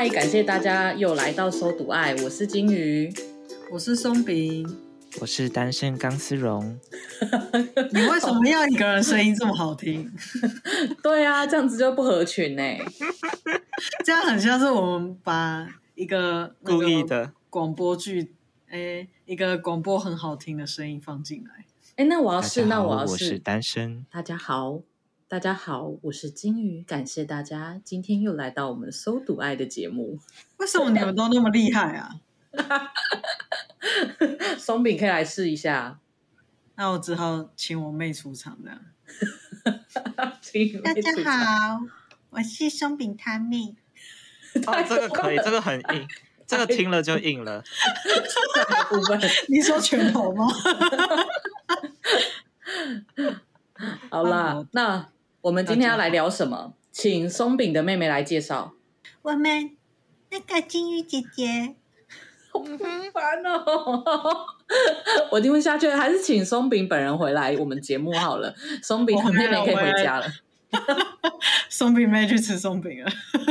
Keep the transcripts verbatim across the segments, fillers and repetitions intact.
嗨，感谢大家又来到搜读爱，我是金鱼， 我是松饼， 我是单身钢丝绒。 你为什么要一个人声音这么好听？ 对啊，这样子就不合群呢、欸。 这样很像是我们把一个故意的广播剧，哎，一个广播很好听的声音放进来。 哎，那我要试，那我要试。 我是单身。 大家好，大家好，我是金鱼，感谢大家今天又来到我们搜读爱的节目。 为什么你们都那么厉害啊？ 松饼可以来试一下。 那我只好请我妹出场这样。 大家好，我是松饼他妹。 哦，这个可以，这个很硬，这个听了就硬了。 部分你说拳头吗？ 好啦，那我们今天要来聊什么？请松饼的妹妹来介绍。 我们那个金鱼姐姐。 好烦哦！我听不下去了，还是请松饼本人回来我们节目好了。松饼的妹妹可以回家了。 松饼妹去吃松饼了。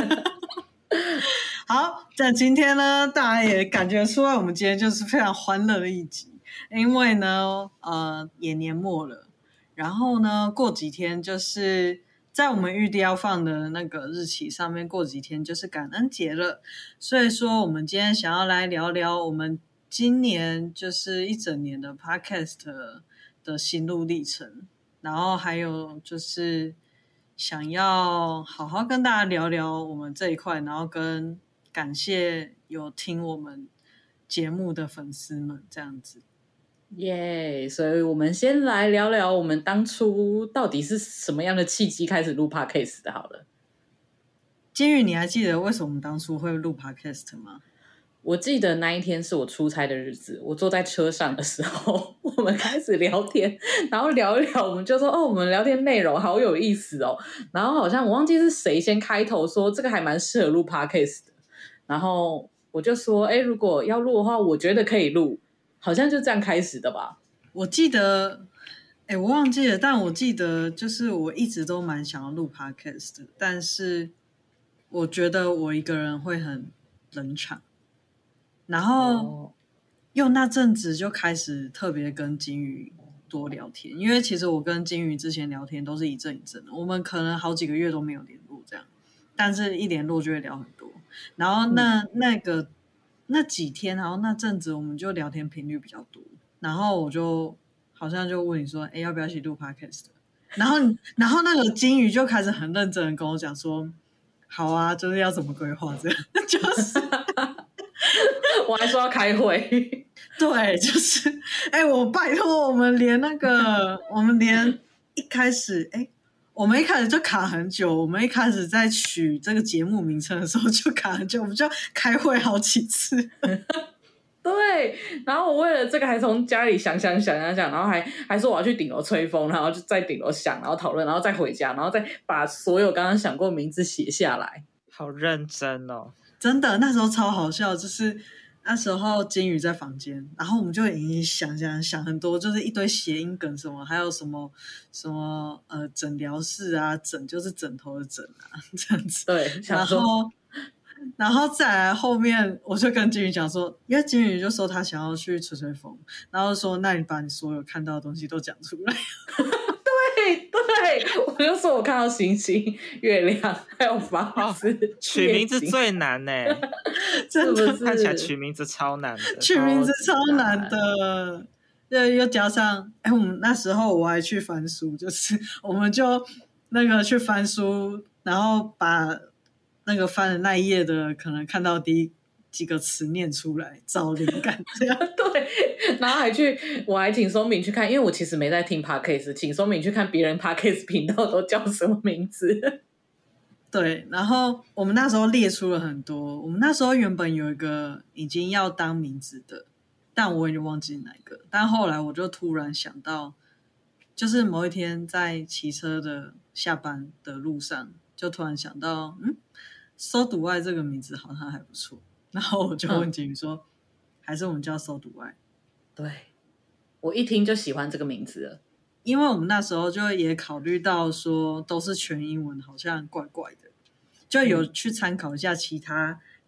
好，在今天呢，大家也感觉出来，我们今天就是非常欢乐的一集，因为呢，呃，也年末了，然后呢，过几天就是在我们预定要放的那个日期上面，过几天就是感恩节了，所以说我们今天想要来聊聊我们今年就是一整年的 podcast 的心路历程，然后还有就是想要好好跟大家聊聊我们这一块，然后跟感谢有听我们节目的粉丝们这样子。 耶、yeah, 所以我们先来聊聊我们当初到底是什么样的契机开始录 podcast 的好了。 金宇，你还记得为什么我们当初会录 podcast 吗？ 我记得那一天是我出差的日子，我坐在车上的时候，我们开始聊天，然后聊一聊，我们就说哦，我们聊天内容好有意思哦。然后好像我忘记是谁先开头说这个还蛮适合录 podcast 的，然后我就说，哎，如果要录的话，我觉得可以录，好像就这样开始的吧。 我记得，哎，我忘记了，但我记得就是我一直都蛮想要录 podcast 的，但是我觉得我一个人会很冷场。然后又那阵子就开始特别跟金鱼多聊天，因为其实我跟金鱼之前聊天都是一阵一阵的，我们可能好几个月都没有联络这样，但是一联络就会聊很多。然后那、嗯、那个那几天，然后那阵子我们就聊天频率比较多，然后我就好像就问你说，哎，要不要一起录 podcast？ 然后然后那个金鱼就开始很认真的跟我讲说，好啊，就是要怎么规划这样，就是我还说要开会。 对，就是哎、欸，我拜托，我们连那个我们连一开始哎、欸，我们一开始就卡很久，我们一开始在取这个节目名称的时候就卡很久，我们就开会好几次。 对，然后我为了这个还从家里想想想想想，然后还还说我要去顶楼吹风，然后就在顶楼想，然后讨论，然后再回家，然后再把所有刚刚想过的名字写下来。 好认真哦， 真的，那时候超好笑，就是那时候金鱼在房间，然后我们就已经想想想很多，就是一堆谐音梗什么，还有什么什么呃诊疗室啊，枕就是枕头的枕啊这样子。 对， 然后然后再来后面，我就跟金鱼讲说，因为金鱼就说他想要去吹吹风，然后说那你把你所有看到的东西都讲出来。 对对，我就说我看到星星、月亮还有房子、哦、 取名字最难呢， 真的看起来取名字超难的， 取名字超难的。对，又加上哎，我们那时候我还去翻书，就是我们就那个去翻书，然后把那个翻的那一页的可能看到第一几个词念出来，找灵感这样。 对，然后还去，我还请松饼去看，因为我其实没在听 podcast， 请松饼去看别人 podcast 频道都叫什么名字。 对，然后我们那时候列出了很多，我们那时候原本有一个已经要当名字的，但我已经忘记哪一个，但后来我就突然想到，就是某一天在骑车的下班的路上，就突然想到，嗯，搜读爱这个名字好像还不错。然后我就问金鱼说、嗯、还是我们叫搜读爱。 对，我一听就喜欢这个名字了， 因为我们那时候就也考虑到说都是全英文好像怪怪的，就有去参考一下其他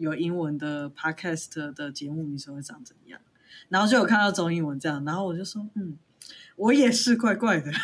有英文的 podcast 的节目名称会长怎样，然后就有看到中英文这样，然后我就说嗯，我也是怪怪的。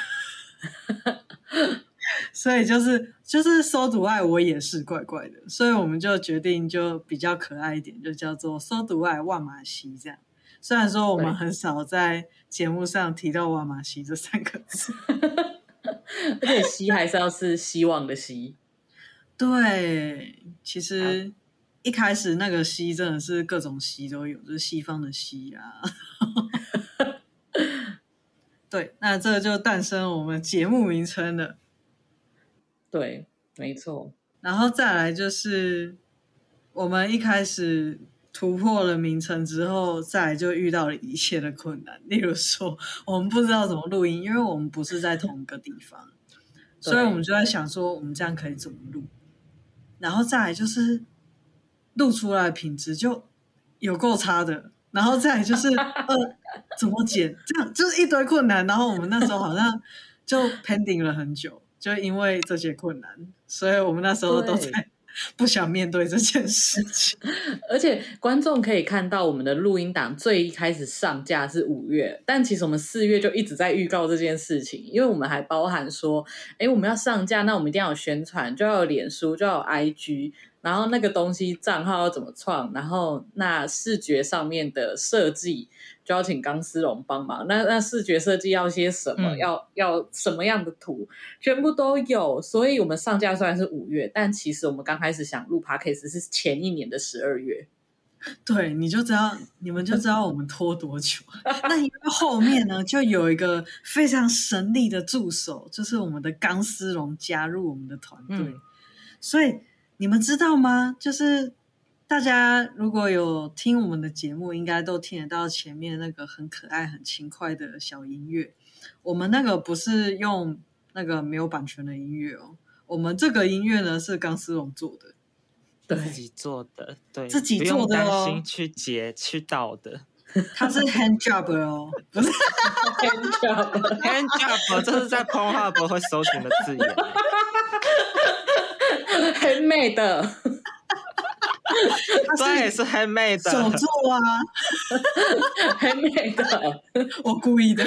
所以就是就是搜读爱我也是怪怪的，所以我们就决定就比较可爱一点，就叫做搜读爱万马西这样。虽然说我们很少在节目上提到万马西这三个字， 而且西还是要是希望的希。 对，其实一开始那个西真的是各种西都有，就是西方的西啊。对，那这就诞生我们节目名称了。 对，没错。 然后再来就是我们一开始突破了名称之后，再来就遇到了一切的困难。例如说，我们不知道怎么录音，因为我们不是在同一个地方，所以我们就在想说，我们这样可以怎么录？然后再来就是录出来的品质就有够差的。然后再来就是呃，怎么剪？这样就是一堆困难。然后我们那时候好像就 pending 了很久，就因为这些困难，所以我们那时候都在不想面对这件事情。 而且观众可以看到我们的录音档最一开始上架是五月，但其实我们四月就一直在预告这件事情，因为我们还包含说，哎，我们要上架，那我们一定要有宣传，就要有脸书，就要有 I G。然后那个东西账号要怎么创，然后那视觉上面的设计就要请钢丝绒帮忙，那那视觉设计要些什么、嗯、要要什么样的图全部都有。所以我们上架虽然是五月，但其实我们刚开始想录 Podcast 是前一年的十二月。 对，你就知道你们就知道我们拖多久。那因为后面呢就有一个非常神力的助手，就是我们的钢丝绒加入我们的团队、嗯、所以你们知道吗？就是大家如果有听我们的节目，应该都听得到前面那个很可爱很轻快的小音乐。我们那个不是用那个没有版权的音乐哦，我们这个音乐呢是钢丝绒做的， 对，自己做的，对， 自己做的哦， 不用担心去截去盗的。 它是 hand job 哦，不是 hand job hand job 这是在 Pornhub 会搜寻的字眼。 handmade 的， 对，是 handmade 的， 手做啊 handmade 的， 我故意的。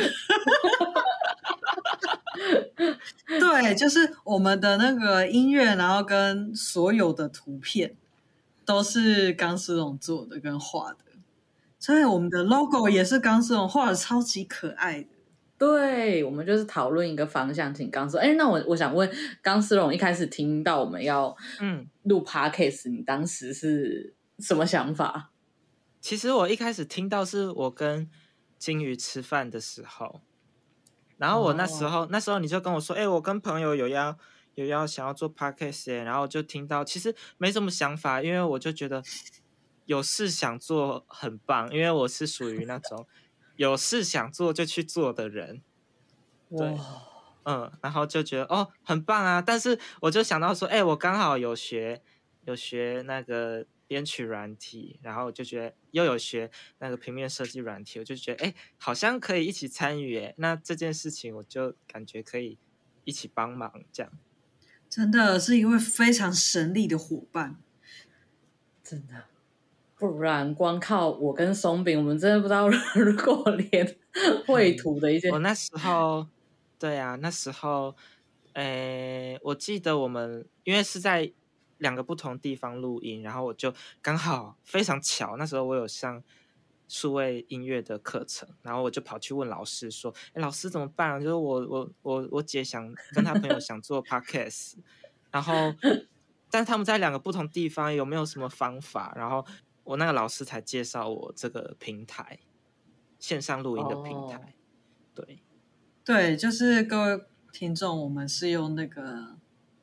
对，就是我们的那个音乐，然后跟所有的图片都是钢丝绒做的跟画的，所以我们的 logo 也是钢丝绒画的，超级可爱的。 对，我们就是讨论一个方向，请钢丝绒。哎，那我我想问，钢丝绒一开始听到我们要嗯录 podcast，、嗯、你当时是什么想法？ 其实我一开始听到是我跟金鱼吃饭的时候，然后我那时候、哦、那时候你就跟我说，哎，我跟朋友有要有要想要做 podcast， 然后就听到，其实没什么想法，因为我就觉得有事想做很棒，因为我是属于那种。有事想做就去做的人，对，嗯，然后就觉得哦很棒啊，但是我就想到说，哎，我刚好有学有学那个编曲软体，然后我就觉得又有学那个平面设计软体，我就觉得哎，好像可以一起参与，哎，那这件事情我就感觉可以一起帮忙，这样， 真的是一位非常神力的伙伴， 真的。不然光靠我跟松饼，我们真的不知道如果连绘图的一些、 嗯、我那时候对啊那时候诶我记得我们因为是在两个不同地方录音，然后我就刚好非常巧，那时候我有上数位音乐的课程，然后我就跑去问老师说，诶老师怎么办啊？就是我我我我姐想跟她朋友想做 podcast 然后但他们在两个不同地方，有没有什么方法？然后我那个老师才介绍我这个平台，线上录音的平台。Oh. 对对，就是各位听众，我们是用那个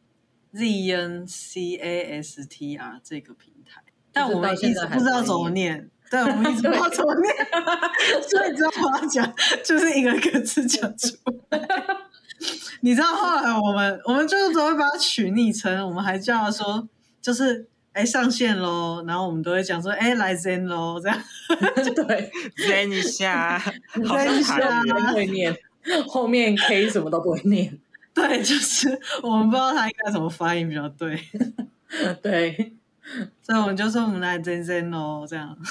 Z N C A S T R 这个平台，但我们一直不知道怎么念，对，我们一直不知道怎么念，所以你知道我要讲，就是一个一个字讲出来。你知道后来我们我们就是都会把它取昵称，我们还叫他说就是。哎，上线咯，然后我们都会讲说，哎，来 Zen 咯，这样， 对 ，Zen 一下 ，Zen 一下， 不会念，后面 K 什么都不会念， 对，就是我们不知道他应该怎么发音比较对， 对， 所以我们就说我们来真真哦，这样。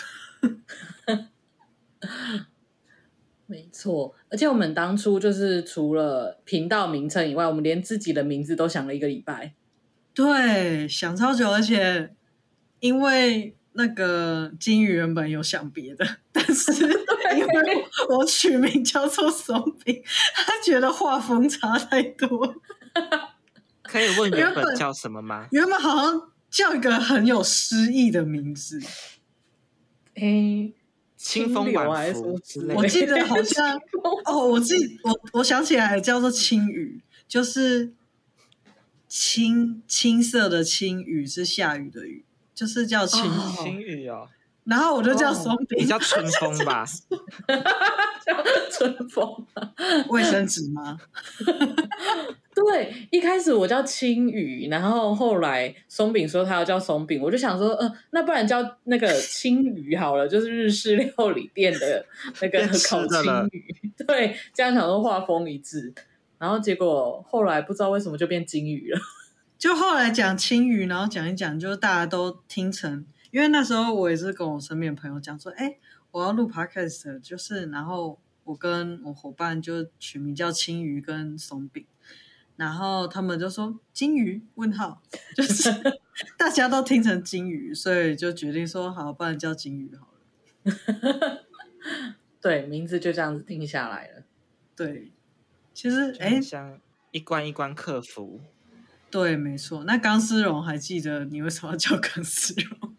没错，而且我们当初就是除了频道名称以外，我们连自己的名字都想了一个礼拜。 对，想超久，而且因为那个金鱼原本有想别的，但是因为我取名叫做松饼，他觉得画风差太多。 可以问原原本本叫什么吗？ 原本好像叫一个很有诗意的名字， 诶， 清风流还晚是什么福之类我的。 记得好像哦，我记我我想起来了，叫做青雨，就是青青色的青，雨是下雨的雨，就是叫青雨。 哦青雨哦， 然后我就叫松饼， 你叫春风吧？ 叫春风。 卫生纸吗？ 对，一开始我叫青雨，然后后来松饼说他要叫松饼，我就想说，呃，那不然叫那个青鱼好了，就是日式料理店的那个变吃烤青的了鱼。对，这样想说画风一致，然后结果后来不知道为什么就变金鱼了。 就后来讲青鱼，然后讲一讲，就是大家都听成，因为那时候我也是跟我身边的朋友讲说，哎，我要录 podcast， 就是然后我跟我伙伴就取名叫青鱼跟松饼。然后他们就说金鱼问号，就是大家都听成金鱼，所以就决定说好，不然叫金鱼好了。 对，名字就这样子定下来了。 对，其实就哎很，像一关一关克服。 对，没错。那钢丝绒还记得你为什么要叫钢丝绒？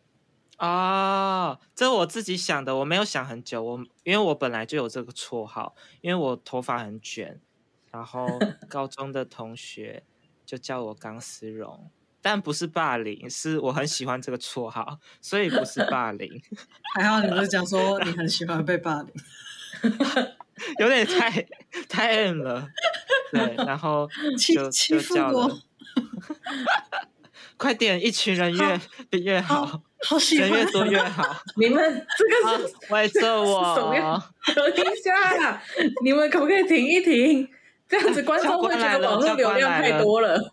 哦，这我自己想的，我没有想很久。我因为我本来就有这个绰号，因为我头发很卷，然后高中的同学就叫我钢丝绒，但不是霸凌，是我很喜欢这个绰号，所以不是霸凌。 还好你不是讲说你很喜欢被霸凌。 有点太太 M 了，对，然后欺就欺负就叫了我， 快点，一群人越比越好， 好喜欢人越多越好。 你们这个是、 啊围着什么样我， 等一下，你们可不可以停一停？这样子观众会觉得网络流量太多了，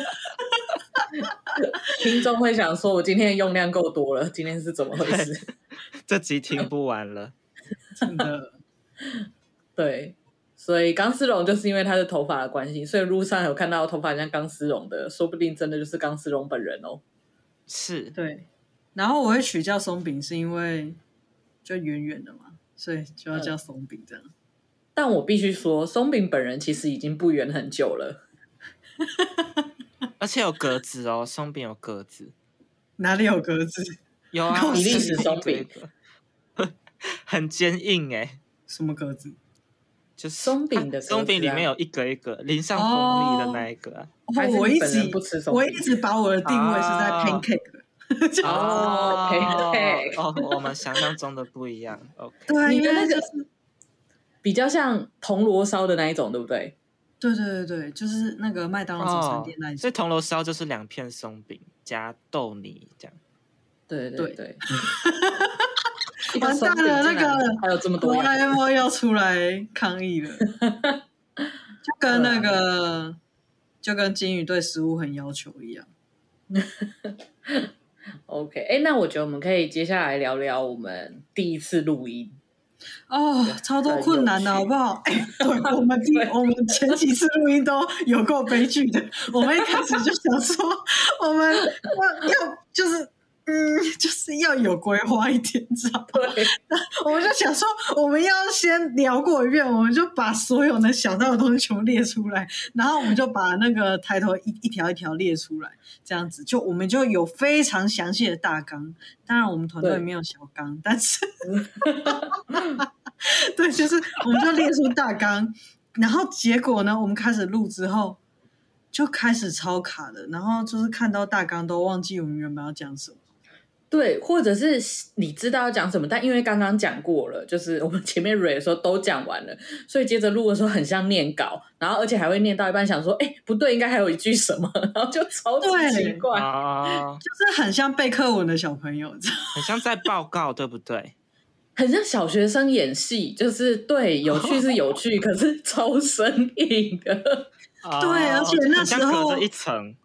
听众会想说：“我今天的用量够多了，今天是怎么回事这集听不完了。 真的。？” 对，所以钢丝绒就是因为他的头发的关系，所以路上有看到头发像钢丝绒的，说不定真的就是钢丝绒本人哦。 是， 对，然后我会取叫松饼，是因为就圆圆的嘛，所以就要叫松饼这样。 但我必须说，松饼本人其实已经不圆很久了。 而且有格子哦，松饼有格子， 哪里有格子？ 有啊， 比利时松饼很坚硬哎， 什么格子？ 就是松饼的格子啊松饼里面有一格一格淋上蜂蜜的那一个啊。 哦还是， 我一直你本人不吃松饼我一直把我的定位是在啊 pancake。 哦，pancake 哦，我们想象中的不一样。OK， 对啊，因你的那个为就是比较像铜锣烧的那一种，对不对？ 对对对对，就是那个麦当劳早餐店那一种。 所以铜锣烧就是两片松饼加豆泥这样。 对对对对。 完蛋了，那个还有这么多哆啦样， A 梦要出来抗议了，就跟那个就跟金鱼对食物很要求一样。 OK， 哎，那我觉得我们可以接下来聊聊我们第一次录音。 哦，超多困难的好不好？哎，对我们第我们前几次录音都有够悲剧的。我们一开始就想说，我们要要就是嗯，就是要有规划一点，知道吗？ 对， 我们就想说，我们要先聊过一遍，我们就把所有能想到的东西全部列出来，然后我们就把那个抬头一一条一条列出来，这样子就我们就有非常详细的大纲。当然，我们团队没有小纲，但是对，就是我们就列出大纲，然后结果呢，我们开始录之后就开始超卡的，然后就是看到大纲都忘记我们原本要讲什么。 对，或者是你知道要讲什么，但因为刚刚讲过了，就是我们前面 re 的时候都讲完了，所以接着录的时候很像念稿，然后而且还会念到一半想说，哎，不对，应该还有一句什么，然后就超级奇怪， 啊， 就是很像背课文的小朋友， 很像在报告，对不对？ 很像小学生演戏，就是对，有趣是有趣，可是超生硬的。 对而且那时候很像隔着一层。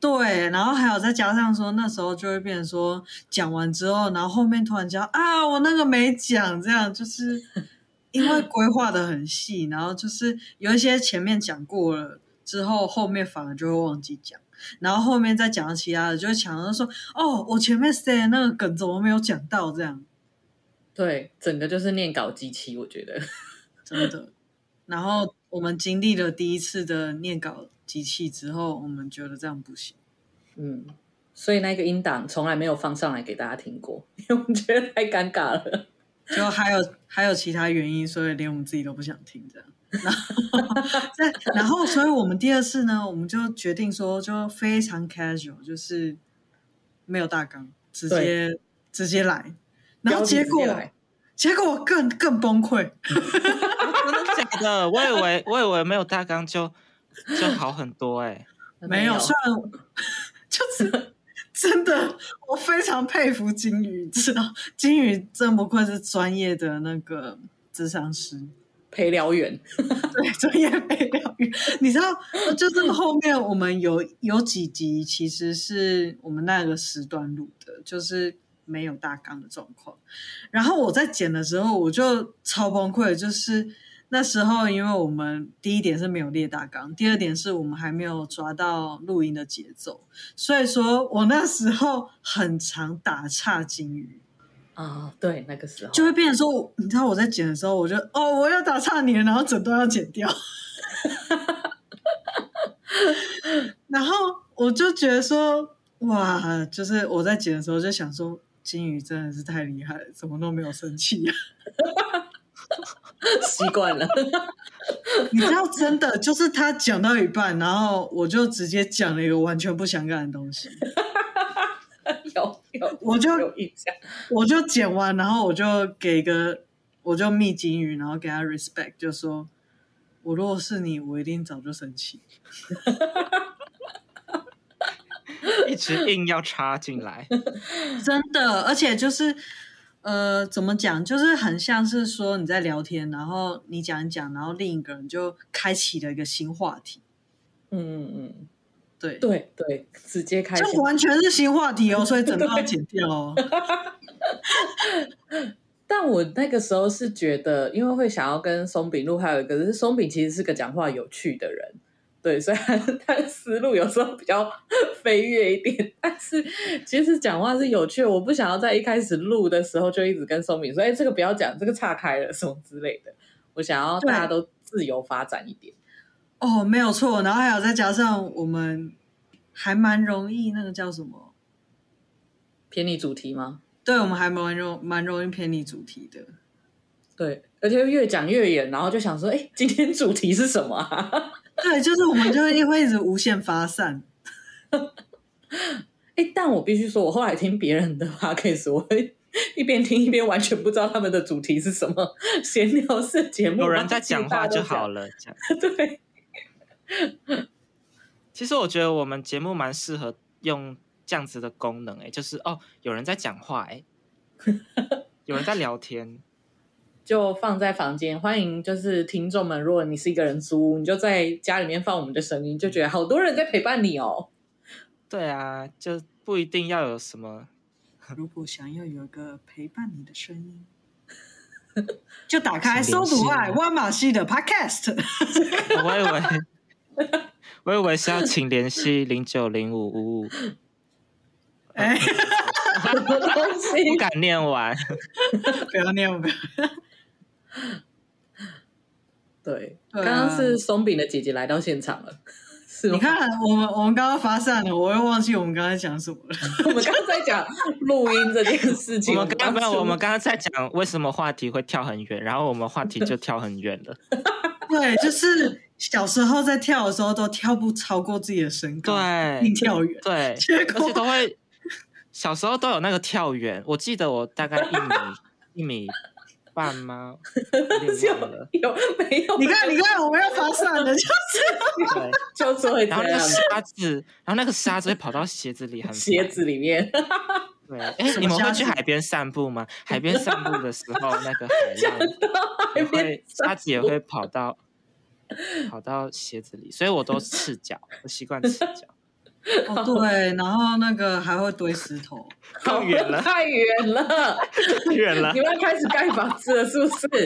对，然后还有再加上说那时候就会变成说讲完之后，然后后面突然讲啊我那个没讲，这样就是因为规划的很细，然后就是有一些前面讲过了之后，后面反而就会忘记讲，然后后面再讲到其他的就会抢着说哦我前面 say 的那个梗怎么没有讲到这样。 对，整个就是念稿机器，我觉得真的。然后我们经历了第一次的念稿机器之后，我们觉得这样不行。 嗯，所以那个音档从来没有放上来给大家听过，因为我们觉得太尴尬了。 就还有还有其他原因，所以连我们自己都不想听这样。然后在然后，所以我们第二次呢，我们就决定说，就非常 casual， 就是没有大纲，直接直接来。然后结果结果更更崩溃。 真的假的？我以为我以为没有大纲就就好很多哎、 欸，没有，虽然就是真的，我非常佩服金鱼，知道金鱼真不愧是专业的那个諮商师、 陪聊员， 对，专业陪聊员。你知道，就是后面我们有有几集其实是我们那个时段录的，就是没有大纲的状况。然后我在剪的时候，我就超崩溃，就是那时候因为我们第一点是没有列大纲，第二点是我们还没有抓到录音的节奏，所以说我那时候很常打岔金鱼啊、哦，对，那个时候就会变成说，你知道我在剪的时候，我就哦我要打岔你了，然后整段要剪掉。然后我就觉得说哇，就是我在剪的时候就想说金鱼真的是太厉害了，怎么都没有生气啊。 习惯了。 你知道真的就是他讲到一半，然后我就直接讲了一个完全不相干的东西。 有有， 我就有印象， 我就剪完，然后我就给一个，我就密金鱼，然后给他 respect， 就说我如果是你，我一定早就生气。 一直硬要插进来， 真的，而且就是呃，怎么讲，就是很像是说你在聊天，然后你讲一讲，然后另一个人就开启了一个新话题。 嗯嗯嗯， 对对对，直接开， 这完全是新话题哦，所以整个要剪掉哦。 但我那个时候是觉得，因为会想要跟松饼录，还有一个是松饼其实是个讲话有趣的人。对，所以他他的思路有时候比较飞跃一点，但是其实讲话是有趣的。我不想要在一开始录的时候就一直跟松饼说：“哎，这个不要讲，这个岔开了什么之类的。”我想要大家都自由发展一点。 哦，没有错。然后还有再加上我们还蛮容易那个叫什么偏离主题吗？ 对，我们还蛮容蛮容易偏离主题的。 对，而且越讲越远，然后就想说：“哎，今天主题是什么啊？” 对，就是我们就会会一直无限发散。 哎，但我必须说，我后来听别人的 podcast， 我会一边听一边完全不知道他们的主题是什么，闲聊式节目， 有人在讲话就好了。 对， 其实我觉得我们节目蛮适合用这样子的功能，哎，就是哦，有人在讲话，哎，有人在聊天。 就放在房间，欢迎就是听众们，如果你是一个人租，你就在家里面放我们的声音，就觉得好多人在陪伴你哦。 对啊，就不一定要有什么。 如果想要有一个陪伴你的声音，就打开搜读爱挖马戏的 podcast。 我以为我以为是要请联系零九零五五五。 哎， 什么东西？ 不敢念完。 不要念，不要。 对， 对啊、 刚刚是松饼的姐姐来到现场了，是吗？ 你看，我们我们刚刚发散了，我又忘记我们刚才讲什么了。 我们刚刚在讲录音这件事情， 我们刚刚我们刚刚在讲为什么话题会跳很远，然后我们话题就跳很远了。 对，就是小时候在跳的时候都跳不超过自己的身高， 对， 硬跳远， 对，而且都会小时候都有那个跳远，我记得我大概一米一米。半吗？ 有有没有？ 你看，你看，我们要发散了，就是对， 就是会这样。 然后那个沙子，然后那个沙子会跑到鞋子里，很鞋子里面。 对，哎，你们会去海边散步吗？海边散步的时候，那个海浪也会，沙子也会跑到跑到鞋子里，所以我都赤脚，我习惯赤脚。 哦对，然后那个还会堆石头， 更远了， 太远了， 远了你。们要开始盖房子了，是不是？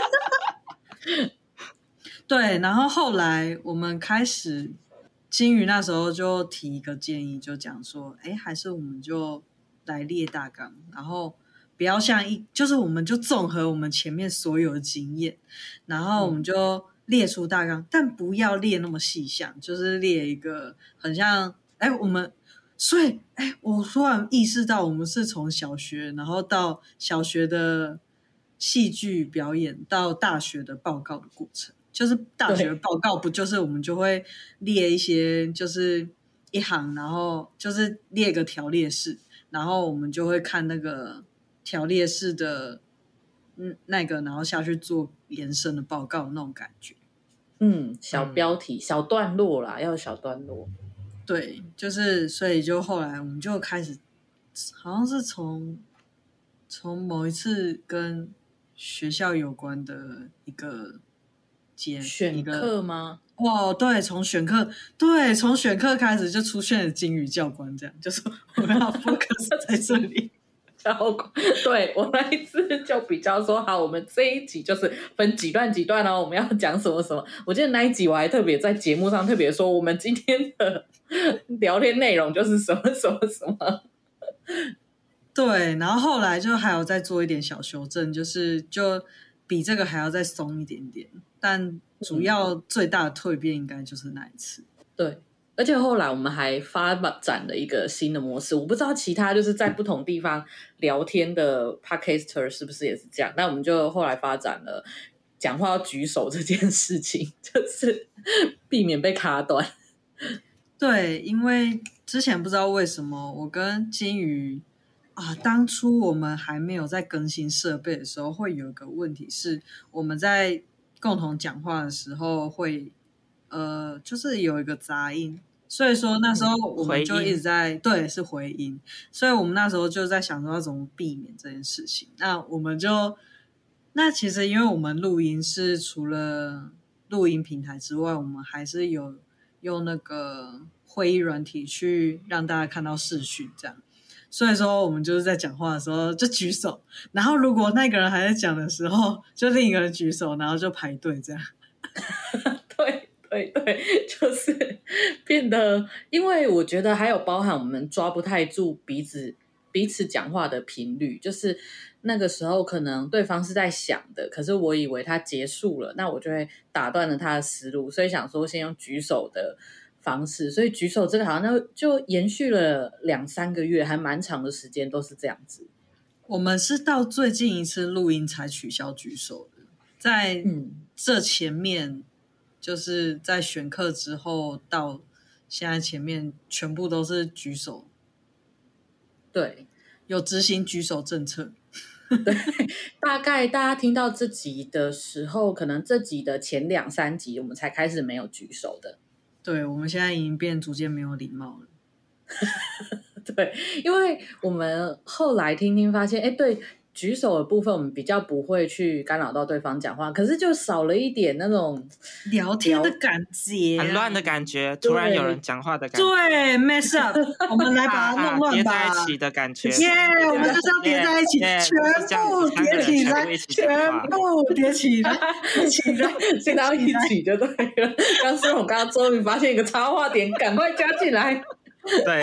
对，然后后来我们开始，金鱼那时候就提一个建议，就讲说，哎，还是我们就来列大纲，然后不要像一，就是我们就综合我们前面所有的经验，然后我们就列出大纲，但不要列那么细项，就是列一个很像，哎，我们。所以，哎，我突然意识到，我们是从小学，然后到小学的戏剧表演，到大学的报告的过程。就是大学报告，不就是我们就会列一些，就是一行，然后就是列个条列式，然后我们就会看那个条列式的，嗯，那个，然后下去做延伸的报告那种感觉。 嗯，小标题、嗯、小段落啦，要有小段落。 对，就是所以就后来我们就开始，好像是从从某一次跟学校有关的一个节选课吗？ 哦，对，从选课，对，从选课开始就出现了金鱼教官，这样就是我们要 focus 在这里。 教官，对，我那一次就比较说，好，我们这一集就是分几段几段哦，我们要讲什么什么。我记得那一集我还特别在节目上特别说，我们今天的聊天内容就是什么什么什么。 对，然后后来就还有再做一点小修正，就是就比这个还要再松一点点，但主要最大的蜕变应该就是那一次。 对。而且后来我们还发展了一个新的模式，我不知道其他就是在不同地方聊天的 podcaster 是不是也是这样，那我们就后来发展了讲话要举手这件事情，就是避免被卡断。 对，因为之前不知道为什么我跟金鱼啊，当初我们还没有在更新设备的时候，会有一个问题是我们在共同讲话的时候会呃，就是有一个杂音。所以说那时候我们就一直在、嗯、对是回音，所以我们那时候就在想说要怎么避免这件事情。那我们就那其实因为我们录音是除了录音平台之外，我们还是有用那个会议软体去让大家看到视讯这样。所以说我们就是在讲话的时候就举手，然后如果那个人还在讲的时候，就另一个人举手，然后就排队这样。 对。对对，就是变得，因为我觉得还有包含我们抓不太住彼此彼此讲话的频率，就是那个时候可能对方是在想的，可是我以为他结束了，那我就会打断了他的思路，所以想说先用举手的方式，所以举手这个好像就延续了两三个月，还蛮长的时间都是这样子。 我们是到最近一次录音才取消举手的，在这前面。嗯就是在选课之后到现在前面全部都是举手， 对， 有执行举手政策。 对，大概大家听到这集的时候，可能这集的前两三集我们才开始没有举手的。 对，我们现在已经变逐渐没有礼貌了。 对，因为我们后来听听发现，哎，对。举手的部分我们比较不会去干扰到对方讲话，可是就少了一点那种聊天的感觉， 很乱的感觉，突然有人讲话的感觉，对 mess up 我们来把它弄乱吧， 叠在一起的感觉， 耶、yeah, 我们就是要叠在一起， yeah, 全部叠起来，全部叠起来，一起来， 现在要一起就对了。刚是我刚刚终于发现一个插话点，赶快加进来。 对，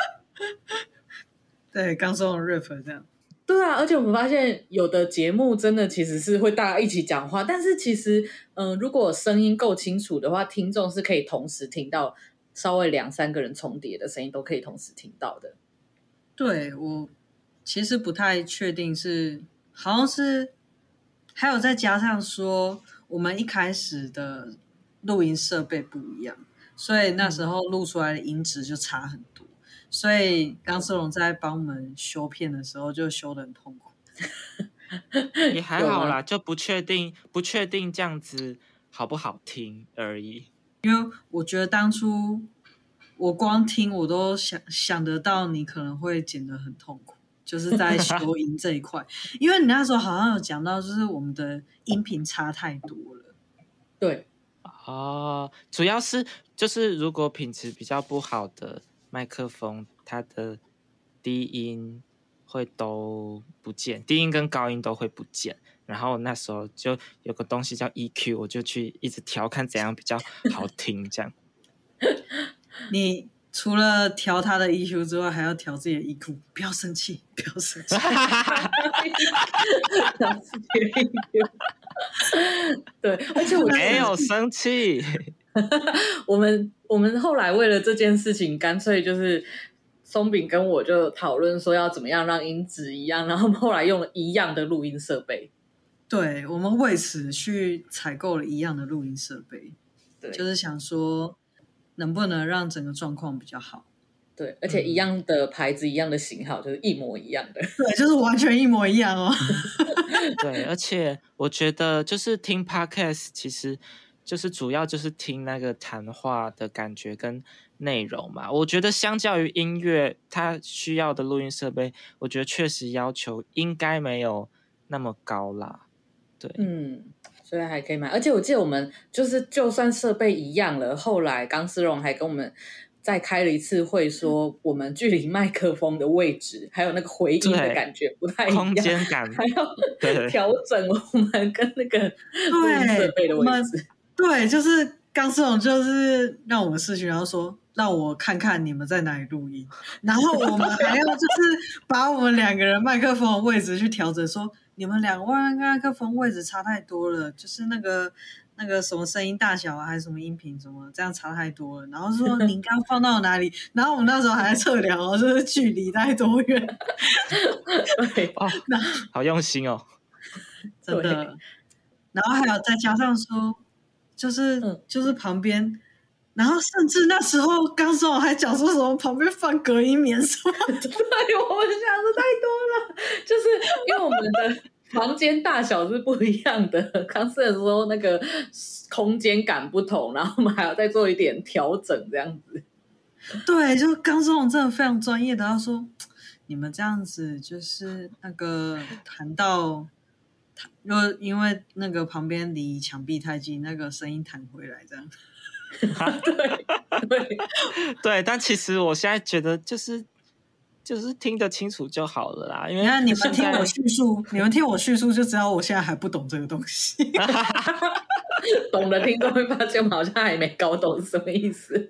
对，刚说的 rap 这样。 对啊，而且我们发现有的节目真的其实是会大家一起讲话，但是其实嗯、呃，如果声音够清楚的话，听众是可以同时听到稍微两三个人重叠的声音都可以同时听到的。 对，我其实不太确定是好像是还有再加上说我们一开始的录音设备不一样，所以那时候录出来的音质就差很多。所以刚世龙在帮我们修片的时候就修得很痛苦。 也还好啦，就不确定不确定这样子好不好听而已。 因为我觉得当初我光听我都想想得到你可能会剪得很痛苦，就是在修音这一块。因为你那时候好像有讲到就是我们的音频差太多了。 对， 哦，主要是就是如果品质比较不好的麦克风它的低音会都不见，低音跟高音都会不见。然后那时候就有个东西叫 E Q， 我就去一直调看怎样比较好听，这样。 你除了调他的 E Q 之外，还要调自己的 E Q， 不要生气，不要生气。 调自己的 E Q。对，而且我没有生气。 我们我们后来为了这件事情，干脆就是松饼跟我就讨论说要怎么样让音质一样，然后后来用了一样的录音设备。 对，我们为此去采购了一样的录音设备， 对， 就是想说能不能让整个状况比较好。 对，而且一样的牌子、嗯、一样的型号，就是一模一样的。 对，就是完全一模一样哦。 对，而且我觉得就是听 podcast 其实就是主要就是听那个谈话的感觉跟内容嘛。我觉得相较于音乐，它需要的录音设备，我觉得确实要求应该没有那么高啦。对， 嗯，所以还可以买。而且我记得我们就是就算设备一样了，后来钢丝绒还跟我们再开了一次会，说我们距离麦克风的位置还有那个回音的感觉不太一样， 空间感还要调整我们跟那个录音设备的位置。 对，就是钢丝绒就是让我们视讯，然后说让我看看你们在哪里录音，然后我们还要就是把我们两个人麦克风的位置去调整，说你们两个麦克风位置差太多了，就是那个那个什么声音大小啊，还是什么音频什么，这样差太多了。然后说你刚放到哪里？然后我们那时候还在测量哦，就是距离大概多远。 对哦，好用心哦， 真的。然后还有再加上说，就是、嗯、就是旁边。然后甚至那时候刚说我还讲说什么旁边放隔音棉什么的， 对，我们想的太多了，就是因为我们的房间大小是不一样的，康斯的说那个空间感不同，然后我们还要再做一点调整这样子。 对，就刚说我真的非常专业的，他说你们这样子就是那个弹到，因为那个旁边离墙壁太近，那个声音弹回来这样。 对对对，但其实我现在觉得就是就是听得清楚就好了啦。因为你看你们听我叙述，你们听我叙述就知道我现在还不懂这个东西。 懂的听众会发现我们好像还没搞懂是什么意思。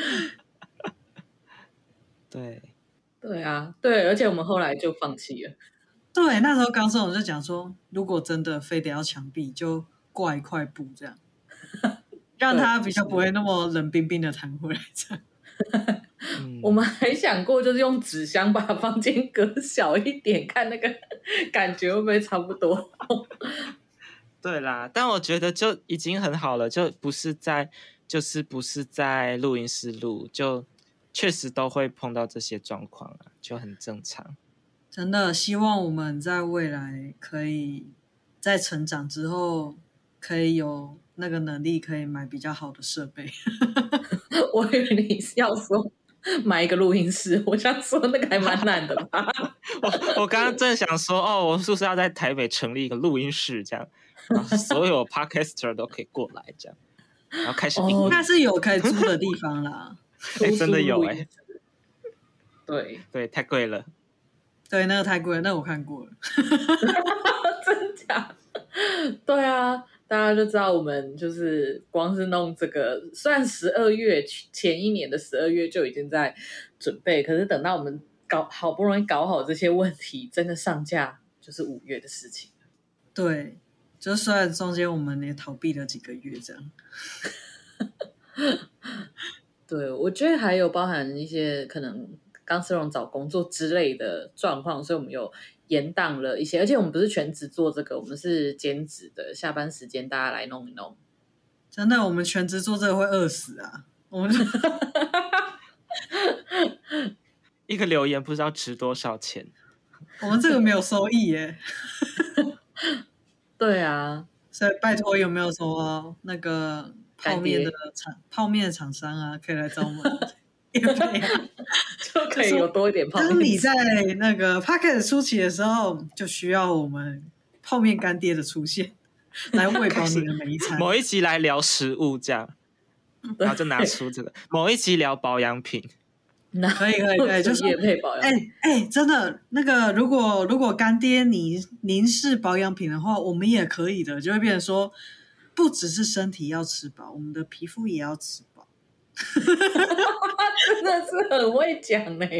对对啊，对，而且我们后来就放弃了。 对，那时候刚说我就讲说，如果真的非得要墙壁，就挂一块布这样。让它比较不会那么冷冰冰的弹回来这样。 嗯、我们还想过就是用纸箱把房间隔小一点，看那个感觉会不会差不多。 对啦，但我觉得就已经很好了，就不是在就是不是在录音室录，就确实都会碰到这些状况啊，就很正常。 真的希望我们在未来可以在成长之后可以有那个能力可以买比较好的设备。 我以为你是要说买一个录音室，我想说那个还蛮难的吧。 我我刚刚正想说，哦，我是不是要在台北成立一个录音室，这样，然后所有 podcaster 都可以过来，这样，然后开始应该是有可以租的地方啦。 哎、欸，真的有哎、欸。 对对，太贵了。 对，那个太贵了，那个我看过了。 真假？对啊。大家就知道我们就是光是弄这个，虽然十二月前一年的十二月就已经在准备，可是等到我们搞好不容易搞好这些问题，真的上架就是五月的事情。 对，就虽然中间我们也逃避了几个月这样。 对，我觉得还有包含一些可能钢丝绒找工作之类的状况，所以我们有延宕了一些，而且我们不是全职做这个，我们是兼职的，下班时间大家来弄一弄。 真的，我们全职做这个会饿死啊！我们一个留言不知道值多少钱， 我们这个没有收益耶。 对啊， 所以拜托有没有什么那个泡面的厂泡面的厂商啊，可以来找我们。 就可以有多一点泡面。 当你在那个 podcast 初期的时候，就需要我们泡面干爹的出现，来喂饱你的每一餐。 某一集来聊食物这样，然后就拿出这个；某一集聊保养品， 可以可以可以，就是业配保养哎哎、欸欸，真的那个，如果如果干爹你您是保养品的话，我们也可以的，就会变成说，不只是身体要吃饱，我们的皮肤也要吃饱。 真的是很会讲呢。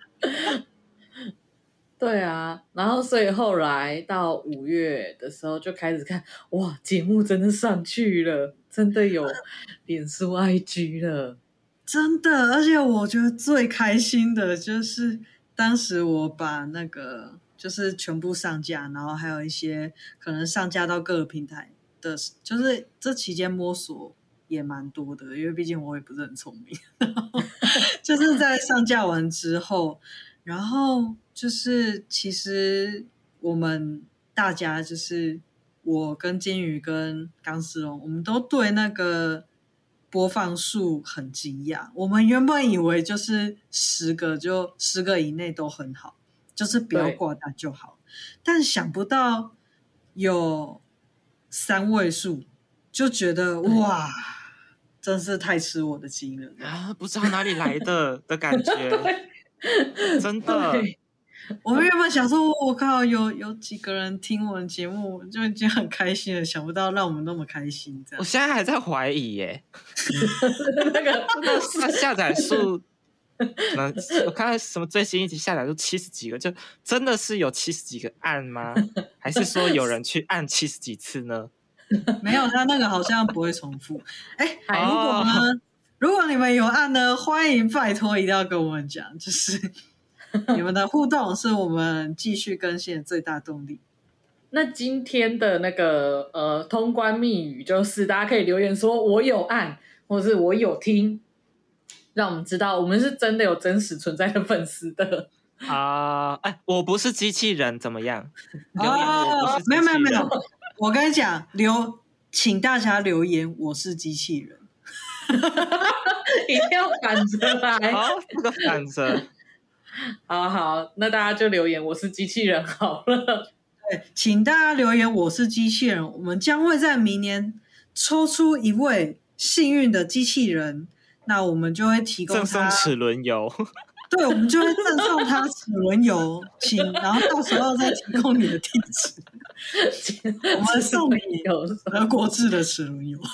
对啊，然后所以后来到五月的时候就开始看，哇，节目真的上去了，真的有脸书 I G 了。 真的，而且我觉得最开心的就是当时我把那个就是全部上架，然后还有一些可能上架到各个平台的，就是这期间摸索也蛮多的，因为毕竟我也不是很聪明。就是在上架完之后，然后就是其实我们大家就是我跟金鱼跟钢丝绒，我们都对那个播放数很惊讶。我们原本以为就是十个就十个以内都很好，就是不要挂单就好，但想不到有三位数，就觉得哇，真是太吃我的惊了啊！不知道哪里来的的感觉，真的。 我们原本想说，我靠，有有几个人听我的节目就已经很开心了，想不到让我们那么开心。这样， 我现在还在怀疑耶， 那个真的是下载数，可能我看到什么最新一集下载数七十几个，就真的是有七十几个按吗？还是说有人去按七十几次呢？ 没有，他那个好像不会重复。哎、 哎如果呢？ 哦如果你们有按呢，欢迎拜托一定要跟我们讲，就是你们的互动是我们继续更新的最大动力。 那今天的那个呃通关密语就是大家可以留言说我有按，或是我有听，让我们知道我们是真的有真实存在的粉丝的。 啊！哎、呃，我不是机器人，怎么样？留言我不是机器人。 没有没有没有，我跟你讲，留，请大家留言，我是机器人。 一定要反着来。 好，这个反着。 好好，那大家就留言我是机器人好了。 对，请大家留言我是机器人，我们将会在明年抽出一位幸运的机器人，那我们就会提供他赠送齿轮油。 对，我们就会赠送他齿轮油，请，然后到时候再提供你的地址，我们送你德国制的齿轮油。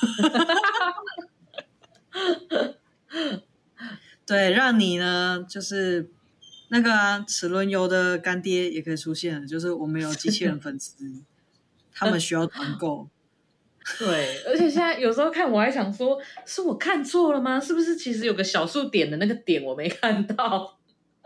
对，让你呢，就是那个啊，齿轮油的干爹也可以出现了，就是我们有机器人粉丝，他们需要团购。 对，而且现在有时候看我还想说，是我看错了吗？是不是其实有个小数点的那个点我没看到？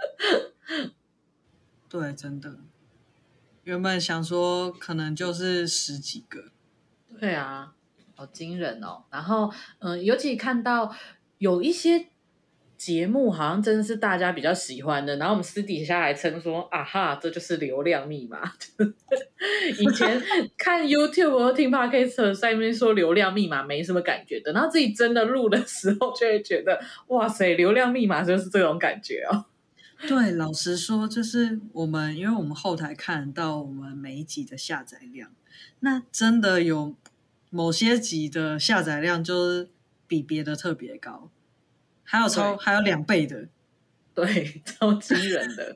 对，真的，原本想说可能就是十几个。 对啊，好惊人哦。然后，嗯、呃，尤其看到有一些节目好像真的是大家比较喜欢的，然后我们私底下还称说啊哈，这就是流量密码。以前看 YouTube 或听 Podcast 上面说流量密码没什么感觉的，然后自己真的录的时候就会觉得哇塞，流量密码就是这种感觉哦。 对，老实说，就是我们因为我们后台看到我们每一集的下载量，那真的有某些集的下载量就是比别的特别高。还有超还有两倍的， 对，超惊人的。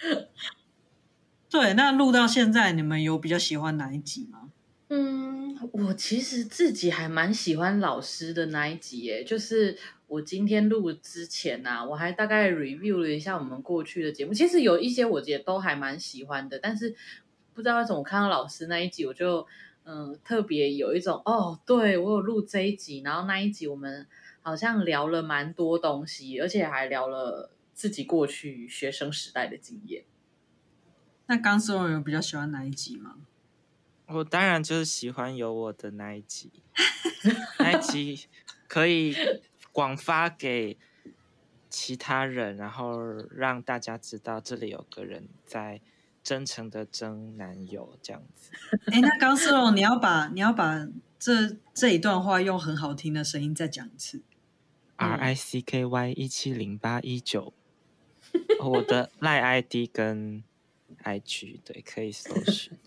对，那录到现在，你们有比较喜欢哪一集吗？ 嗯，我其实自己还蛮喜欢老师的那一集耶，就是我今天录之前啊，我还大概 review 了一下我们过去的节目，其实有一些我觉得都还蛮喜欢的，但是不知道为什么我看到老师那一集，我就嗯特别有一种哦，对我有录这一集，然后那一集我们好像聊了蛮多东西，而且还聊了自己过去学生时代的经验。 那钢丝绒有比较喜欢哪一集吗？ 我当然就是喜欢有我的那一集，那一集可以广发给其他人，然后让大家知道这里有个人在真诚的争男友这样子。 哎，那钢丝绒，你要把你要把这这一段话用很好听的声音再讲一次。 R I C K Y 一七零八一九，我的 Line I D 跟 I G 对可以搜寻。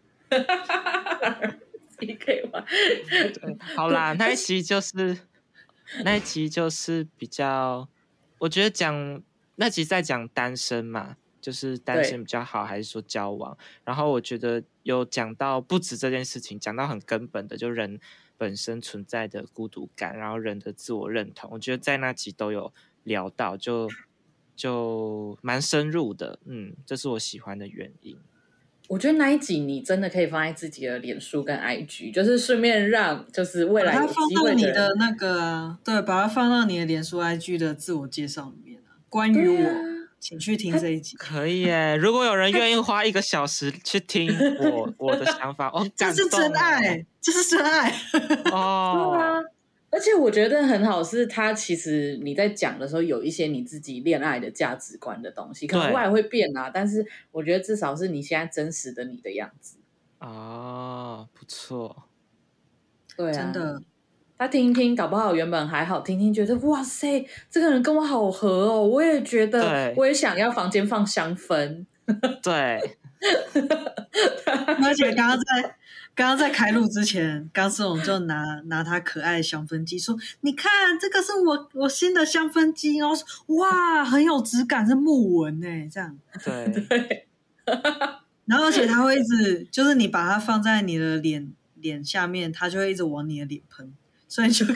C K Y 对，好啦，那一期就是那一期就是比较，我觉得讲那集在讲单身嘛，就是单身比较好还是说交往，然后我觉得有讲到不止这件事情，讲到很根本的，就人本身存在的孤独感，然后人的自我认同，我觉得在那集都有聊到，就就蛮深入的，嗯，这是我喜欢的原因。 我觉得那一集你真的可以放在自己的脸书跟 I G， 就是顺便让就是未来有机会的人， 把它放到你的那个啊，对，把它放到你的脸书 I G 的自我介绍里面啊。关于我，啊、请去听这一集。 可以耶！如果有人愿意花一个小时去听我我的想法，哦， 这是真爱，这是真爱哦。 对啊，而且我觉得很好，是他其实你在讲的时候有一些你自己恋爱的价值观的东西，可能未来会变啊，但是我觉得至少是你现在真实的你的样子。 哦，不错。 对啊， 真的。 他听一听，搞不好原本还好，听听觉得哇塞，这个人跟我好合哦，我也觉得，我也想要房间放香氛。 对。 而且刚刚在刚刚在开录之前，刚世荣就拿拿他可爱的香氛机说：“你看，这个是我我新的香氛机哦，哇，很有质感，是木纹哎，这样。” 对对。 然后而且他会一直，就是你把它放在你的脸脸下面，它就会一直往你的脸喷，所以就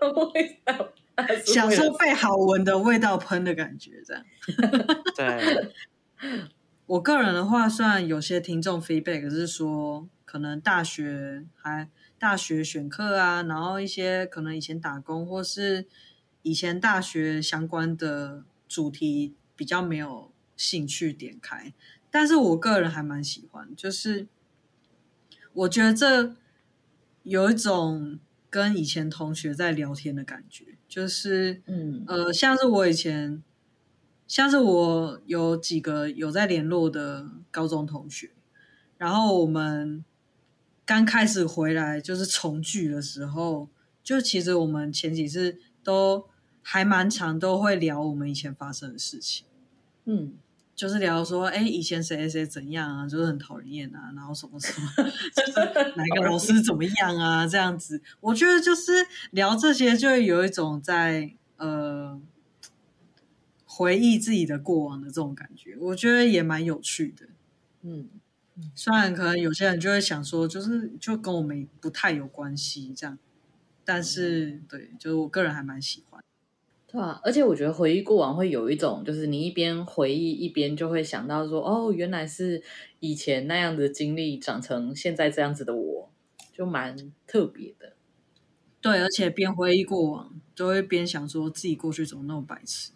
享受被好闻的味道喷的感觉，这样。 对。 我个人的话，虽然有些听众 feedback 是说，可能大学还大学选课啊，然后一些可能以前打工或是以前大学相关的主题比较没有兴趣点开，但是我个人还蛮喜欢，就是我觉得这有一种跟以前同学在聊天的感觉，就是嗯呃，像是我以前。像是我有几个有在联络的高中同学，然后我们刚开始回来就是重聚的时候，就其实我们前几次都还蛮常都会聊我们以前发生的事情， 嗯， 就是聊说，哎，以前谁谁谁怎样啊，就是很讨人厌啊，然后什么什么，就是哪个老师怎么样啊，这样子。我觉得就是聊这些，就会有一种在呃。回忆自己的过往的这种感觉，我觉得也蛮有趣的。嗯，虽然可能有些人就会想说，就是就跟我们不太有关系这样，但是对，就是我个人还蛮喜欢。 对啊，而且我觉得回忆过往会有一种，就是你一边回忆一边就会想到说，哦，原来是以前那样的经历长成现在这样子的我，就蛮特别的。 对，而且边回忆过往，就会边想说自己过去怎么那么白痴。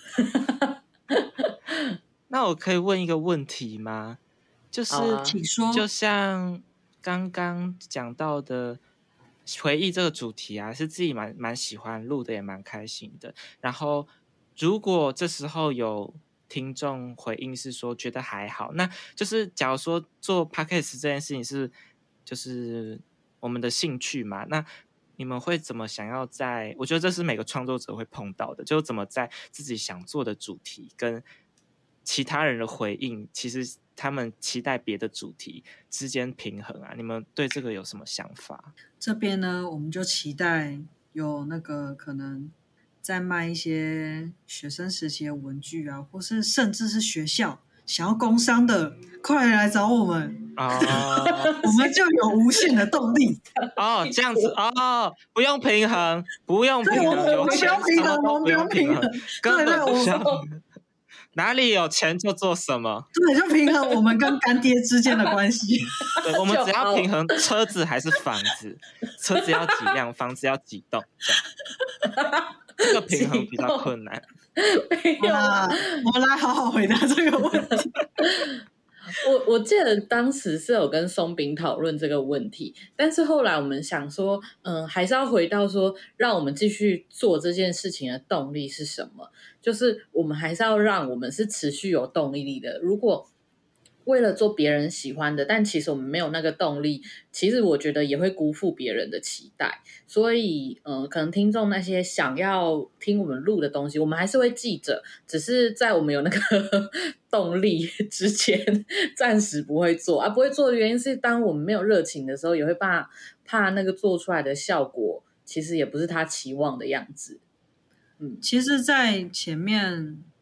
那我可以问一个问题吗？就是、 啊、请说， 就像刚刚讲到的回忆这个主题啊，是自己蛮蛮喜欢录的，也蛮开心的。然后如果这时候有听众回应是说觉得还好，那就是假如说做 podcast 这件事情是就是我们的兴趣嘛，那你们会怎么想要在？我觉得这是每个创作者会碰到的，就怎么在自己想做的主题跟其他人的回应，其实他们期待别的主题之间平衡啊？你们对这个有什么想法？ 这边呢，我们就期待有那个可能在卖一些学生时期的文具啊，或是甚至是学校想要工商的，快来找我们。 哦， 我们就有无限的动力哦，这样子哦，不用平衡，不用平衡， 有钱什么都不用平衡，根本不需要平衡，哪里有钱就做什么， 对，就平衡我们跟干爹之间的关系。 对，我们只要平衡车子还是房子，车子要几辆，房子要几栋，这个平衡比较困难。 好啦，我们来好好回答这个问题。 我我记得当时是有跟松饼讨论这个问题，但是后来我们想说，嗯，还是要回到说，让我们继续做这件事情的动力是什么？就是我们还是要让我们是持续有动力的。如果为了做别人喜欢的，但其实我们没有那个动力，其实我觉得也会辜负别人的期待。所以，呃，可能听众那些想要听我们录的东西，我们还是会记着，只是在我们有那个动力之前，暂时不会做。啊，不会做的原因是，当我们没有热情的时候，也会怕怕那个做出来的效果，其实也不是他期望的样子。 嗯，其实，在前面。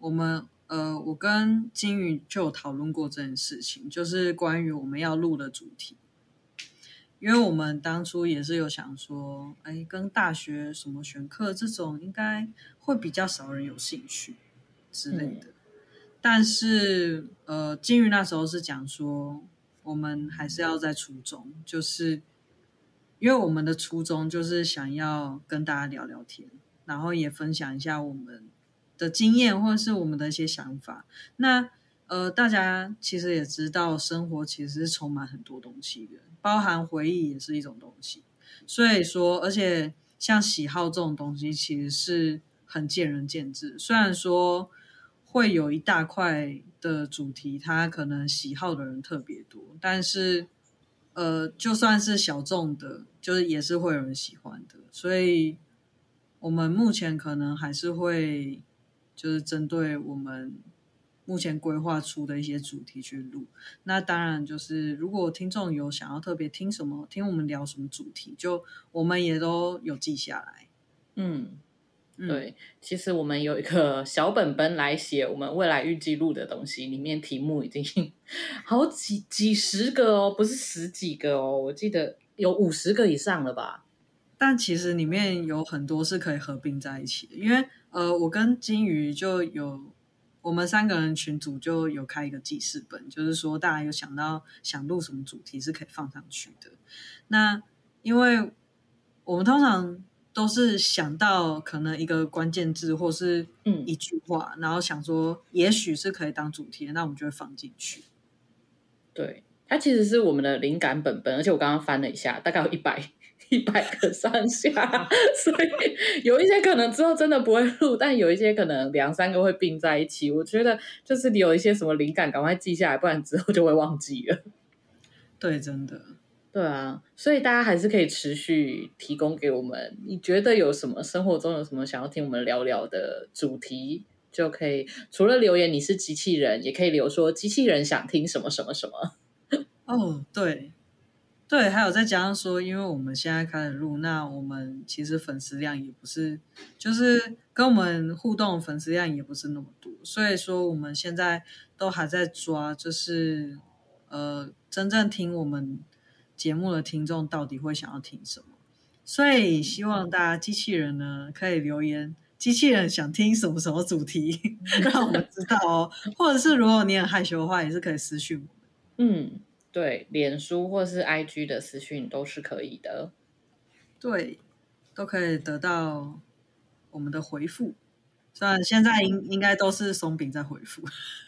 我们呃，我跟金鱼就有讨论过这件事情，就是关于我们要录的主题。因为我们当初也是有想说，哎，跟大学什么选课这种应该会比较少人有兴趣之类的。嗯、但是呃，金鱼那时候是讲说，我们还是要在初衷，就是因为我们的初衷就是想要跟大家聊聊天，然后也分享一下我们的经验或者是我们的一些想法。那呃，大家其实也知道，生活其实是充满很多东西的，包含回忆也是一种东西。所以说，而且像喜好这种东西，其实是很见仁见智。虽然说会有一大块的主题，它可能喜好的人特别多，但是呃，就算是小众的，就是也是会有人喜欢的。所以我们目前可能还是会就是针对我们目前规划出的一些主题去录。那当然就是如果听众有想要特别听什么，听我们聊什么主题，就我们也都有记下来。 嗯，对，其实我们有一个小本本来写我们未来预计录的东西，里面题目已经好几几十个哦，不是十几个哦，我记得有五十个以上了吧。 但其实里面有很多是可以合并在一起的，因为呃，我跟金鱼就有我们三个人群组就有开一个记事本，就是说大家有想到想录什么主题是可以放上去的。那因为我们通常都是想到可能一个关键字或是一句话，嗯、然后想说也许是可以当主题的，那我们就会放进去。 对，它其实是我们的灵感本本，而且我刚刚翻了一下，大概有一百一百个上下，所以有一些可能之后真的不会录，但有一些可能两三个会并在一起。我觉得就是你有一些什么灵感，赶快记下来，不然之后就会忘记了。 对，真的。 对啊，所以大家还是可以持续提供给我们，你觉得有什么生活中有什么想要听我们聊聊的主题，就可以除了留言你是机器人，也可以留说机器人想听什么什么什么。 哦，对。对，还有再加上说，因为我们现在开始录，那我们其实粉丝量也不是，就是跟我们互动粉丝量也不是那么多，所以说我们现在都还在抓，就是呃，真正听我们节目的听众到底会想要听什么，所以希望大家机器人呢可以留言，机器人想听什么什么主题，让我们知道哦，或者是如果你很害羞的话，也是可以私讯我们。 嗯。对，脸书或是 I G 的私讯都是可以的。 对，都可以得到我们的回复。虽然现在应应该都是松饼在回复。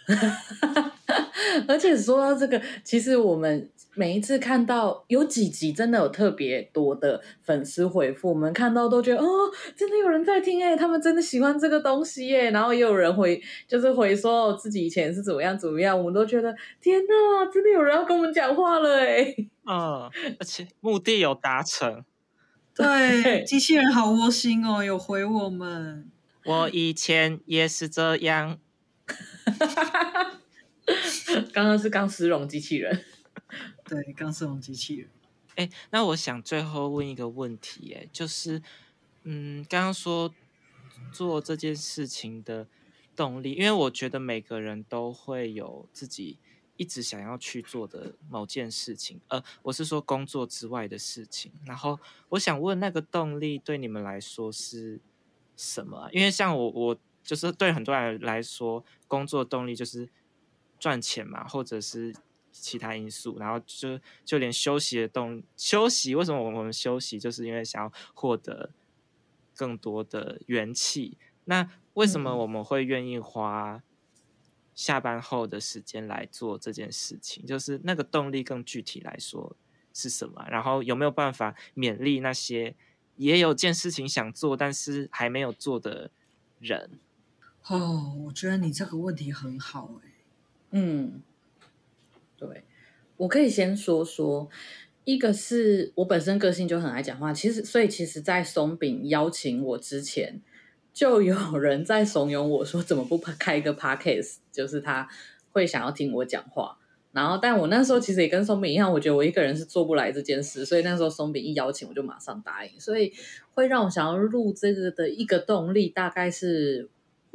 而且说到这个，其实我们每一次看到有几集真的有特别多的粉丝回复，我们看到都觉得哦，真的有人在听耶，他们真的喜欢这个东西耶。然后也有人回，就是回说自己以前是怎么样怎么样，我们都觉得天哪，真的有人要跟我们讲话了耶。 嗯，而且目的有达成。 对，机器人好窝心哦，有回我们。 我以前也是这样。 刚刚是钢丝绒机器人。 对，钢丝绒机器人。 哎，那我想最后问一个问题，哎，就是嗯，刚刚说做这件事情的动力，因为我觉得每个人都会有自己一直想要去做的某件事情，呃，我是说工作之外的事情。然后我想问，那个动力对你们来说是什么啊？因为像我，我就是对很多人来说，工作动力就是赚钱嘛，或者是其他因素。然后就就连休息的动休息，为什么我们休息，就是因为想要获得更多的元气。那为什么我们会愿意花下班后的时间来做这件事情？就是那个动力更具体来说是什么？然后有没有办法勉励那些也有件事情想做但是还没有做的人？ 哦，我觉得你这个问题很好哎。 嗯，对，我可以先说说，一个是我本身个性就很爱讲话，其实所以其实在松饼邀请我之前，就有人在怂恿我说怎么不开一个 podcast， 就是他会想要听我讲话。然后但我那时候其实也跟松饼一样，我觉得我一个人是做不来这件事，所以那时候松饼一邀请我就马上答应。所以会让我想要录这个的一个动力大概是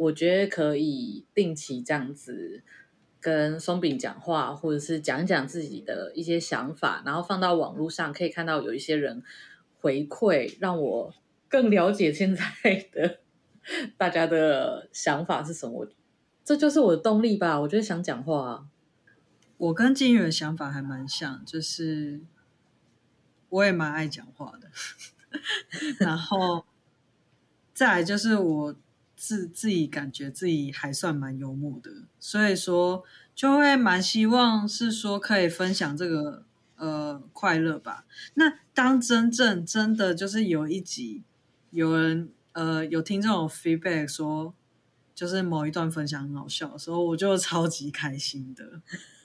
我觉得可以定期这样子跟松饼讲话，或者是讲讲自己的一些想法，然后放到网络上，可以看到有一些人回馈，让我更了解现在的大家的想法是什么。这就是我的动力吧，我就是想讲话啊。 我跟金鱼的想法还蛮像，就是我也蛮爱讲话的，然后再来就是我自自己感觉自己还算蛮幽默的，所以说就会蛮希望是说可以分享这个呃快乐吧。那当真正真的就是有一集有人呃有听这种 feedback 说，就是某一段分享很好笑的时候，我就超级开心的。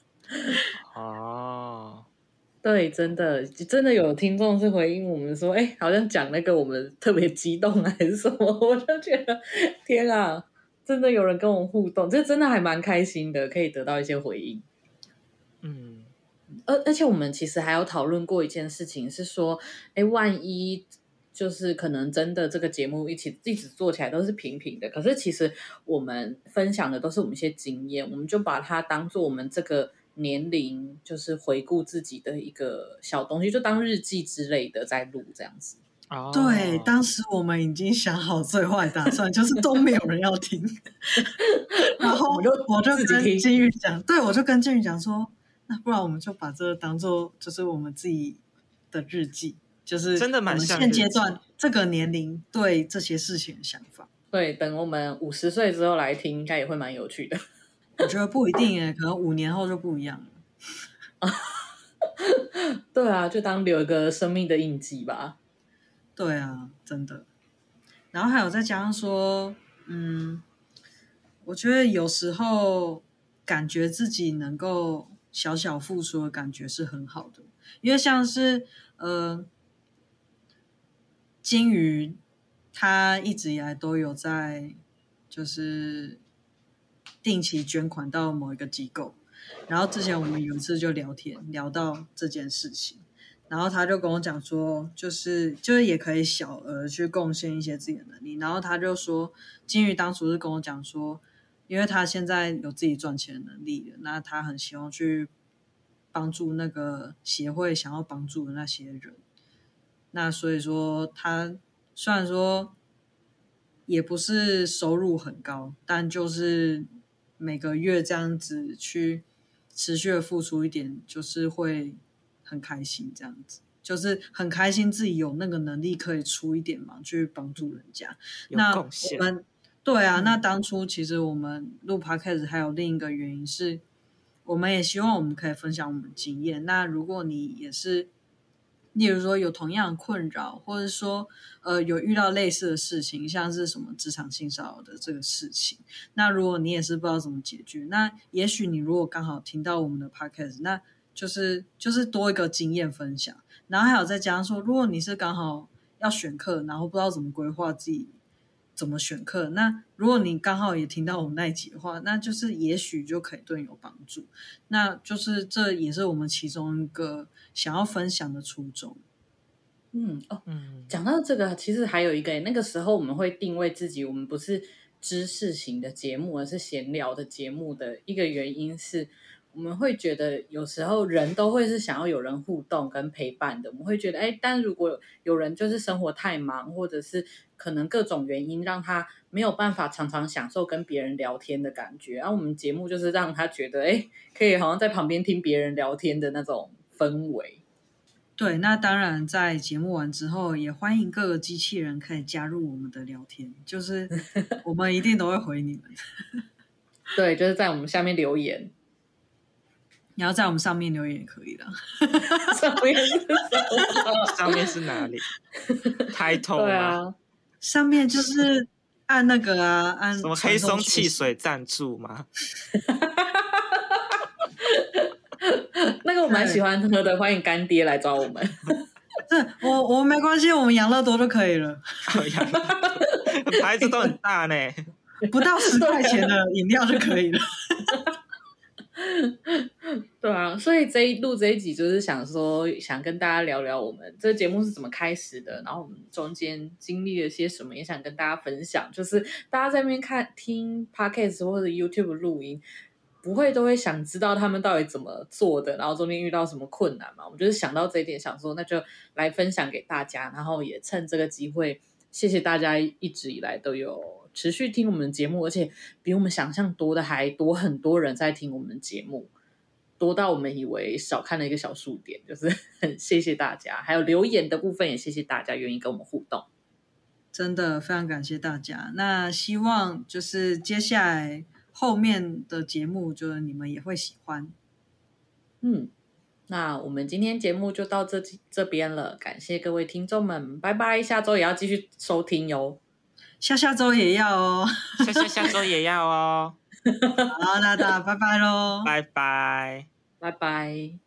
哦， 对，真的真的有听众是回应我们说，哎，好像讲那个我们特别激动还是什么，我就觉得天啊，真的有人跟我们互动，这真的还蛮开心的，可以得到一些回应。 嗯， 而而且我们其实还有讨论过一件事情，是说，哎，万一就是可能真的这个节目一起一直做起来都是平平的，可是其实我们分享的都是我们一些经验，我们就把它当做我们这个年龄就是回顾自己的一个小东西，就当日记之类的在录这样子。 哦， 对，当时我们已经想好最坏打算，就是都没有人要听，然后我就我就跟自己听金玉讲，对我就跟金玉讲说，那不然我们就把这个当做就是我们自己的日记，就是真的我们蛮像现阶日记段这个年龄对这些事情的想法。 对，等我们五十岁之后来听，应该也会蛮有趣的。 我觉得不一定耶，可能五年后就不一样了。 对啊，就当留一个生命的印记吧。 对啊，真的。然后还有再加上说，嗯，我觉得有时候感觉自己能够小小付出的感觉是很好的，因为像是呃，金鱼他一直以来都有在就是定期捐款到某一个机构，然后之前我们有一次就聊天聊到这件事情。然后他就跟我讲说，就是就是也可以小额去贡献一些自己的能力。然后他就说，金鱼当初是跟我讲说，因为他现在有自己赚钱的能力了，那他很希望去帮助那个协会想要帮助的那些人。那所以说，他虽然说也不是收入很高，但就是每个月这样子去持续的付出一点，就是会很开心，这样子就是很开心自己有那个能力可以出一点忙去帮助人家。 有那贡献我们对啊、 嗯、 那当初其实我们录 podcast 还有另一个原因是，我们也希望我们可以分享我们的经验。那如果你也是例如说有同样的困扰，或者说呃有遇到类似的事情，像是什么职场性骚扰的这个事情，那如果你也是不知道怎么解决，那也许你如果刚好听到我们的 podcast， 那就是就是多一个经验分享。然后还有再加上说，如果你是刚好要选课，然后不知道怎么规划自己怎么选课，那如果你刚好也听到我们那一集的话，那就是也许就可以对你有帮助。那就是这也是我们其中一个想要分享的初衷。 嗯哦， 嗯， 讲到这个，其实还有一个，那个时候我们会定位自己，我们不是知识型的节目，而是闲聊的节目的一个原因是，我们会觉得有时候人都会是想要有人互动跟陪伴的，我们会觉得，哎，但如果有人就是生活太忙，或者是可能各种原因让他没有办法常常享受跟别人聊天的感觉，然后我们节目就是让他觉得，哎，可以好像在旁边听别人聊天的那种氛围。 对，那当然在节目完之后，也欢迎各个机器人可以加入我们的聊天，就是我们一定都会回你们。 对，就是在我们下面留言。 你要在我们上面留言也可以的。 上面是什么？ 上面是哪里？title 对吗？ 啊， 上面就是按那个啊，按什么黑松汽水赞助吗？ 那个我蛮喜欢喝的，欢迎干爹来找我们。 这我我没关系，我们养乐多就可以了。 牌子都很大呢， 不到十块钱的饮料就可以了。 对啊，所以这一录这一集就是想说，想跟大家聊聊我们这个节目是怎么开始的，然后我们中间经历了些什么，也想跟大家分享。就是大家在那边看听 podcast 或者 YouTube 录音，不会都会想知道他们到底怎么做的，然后中间遇到什么困难嘛？我们就是想到这一点，想说那就来分享给大家，然后也趁这个机会，谢谢大家一直以来都有持续听我们的节目，而且比我们想象多的还多很多人在听我们的节目。多到我们以为少看了一个小数点，就是很谢谢大家，还有留言的部分也谢谢大家愿意跟我们互动， 真的非常感谢大家。那希望就是接下来后面的节目，就是你们也会喜欢。 嗯，那我们今天节目就到这这边了，感谢各位听众们，拜拜，下周也要继续收听哟， 下下周也要哦， 下下下周也要哦。 好，那大家拜拜喽， 拜拜， 拜拜。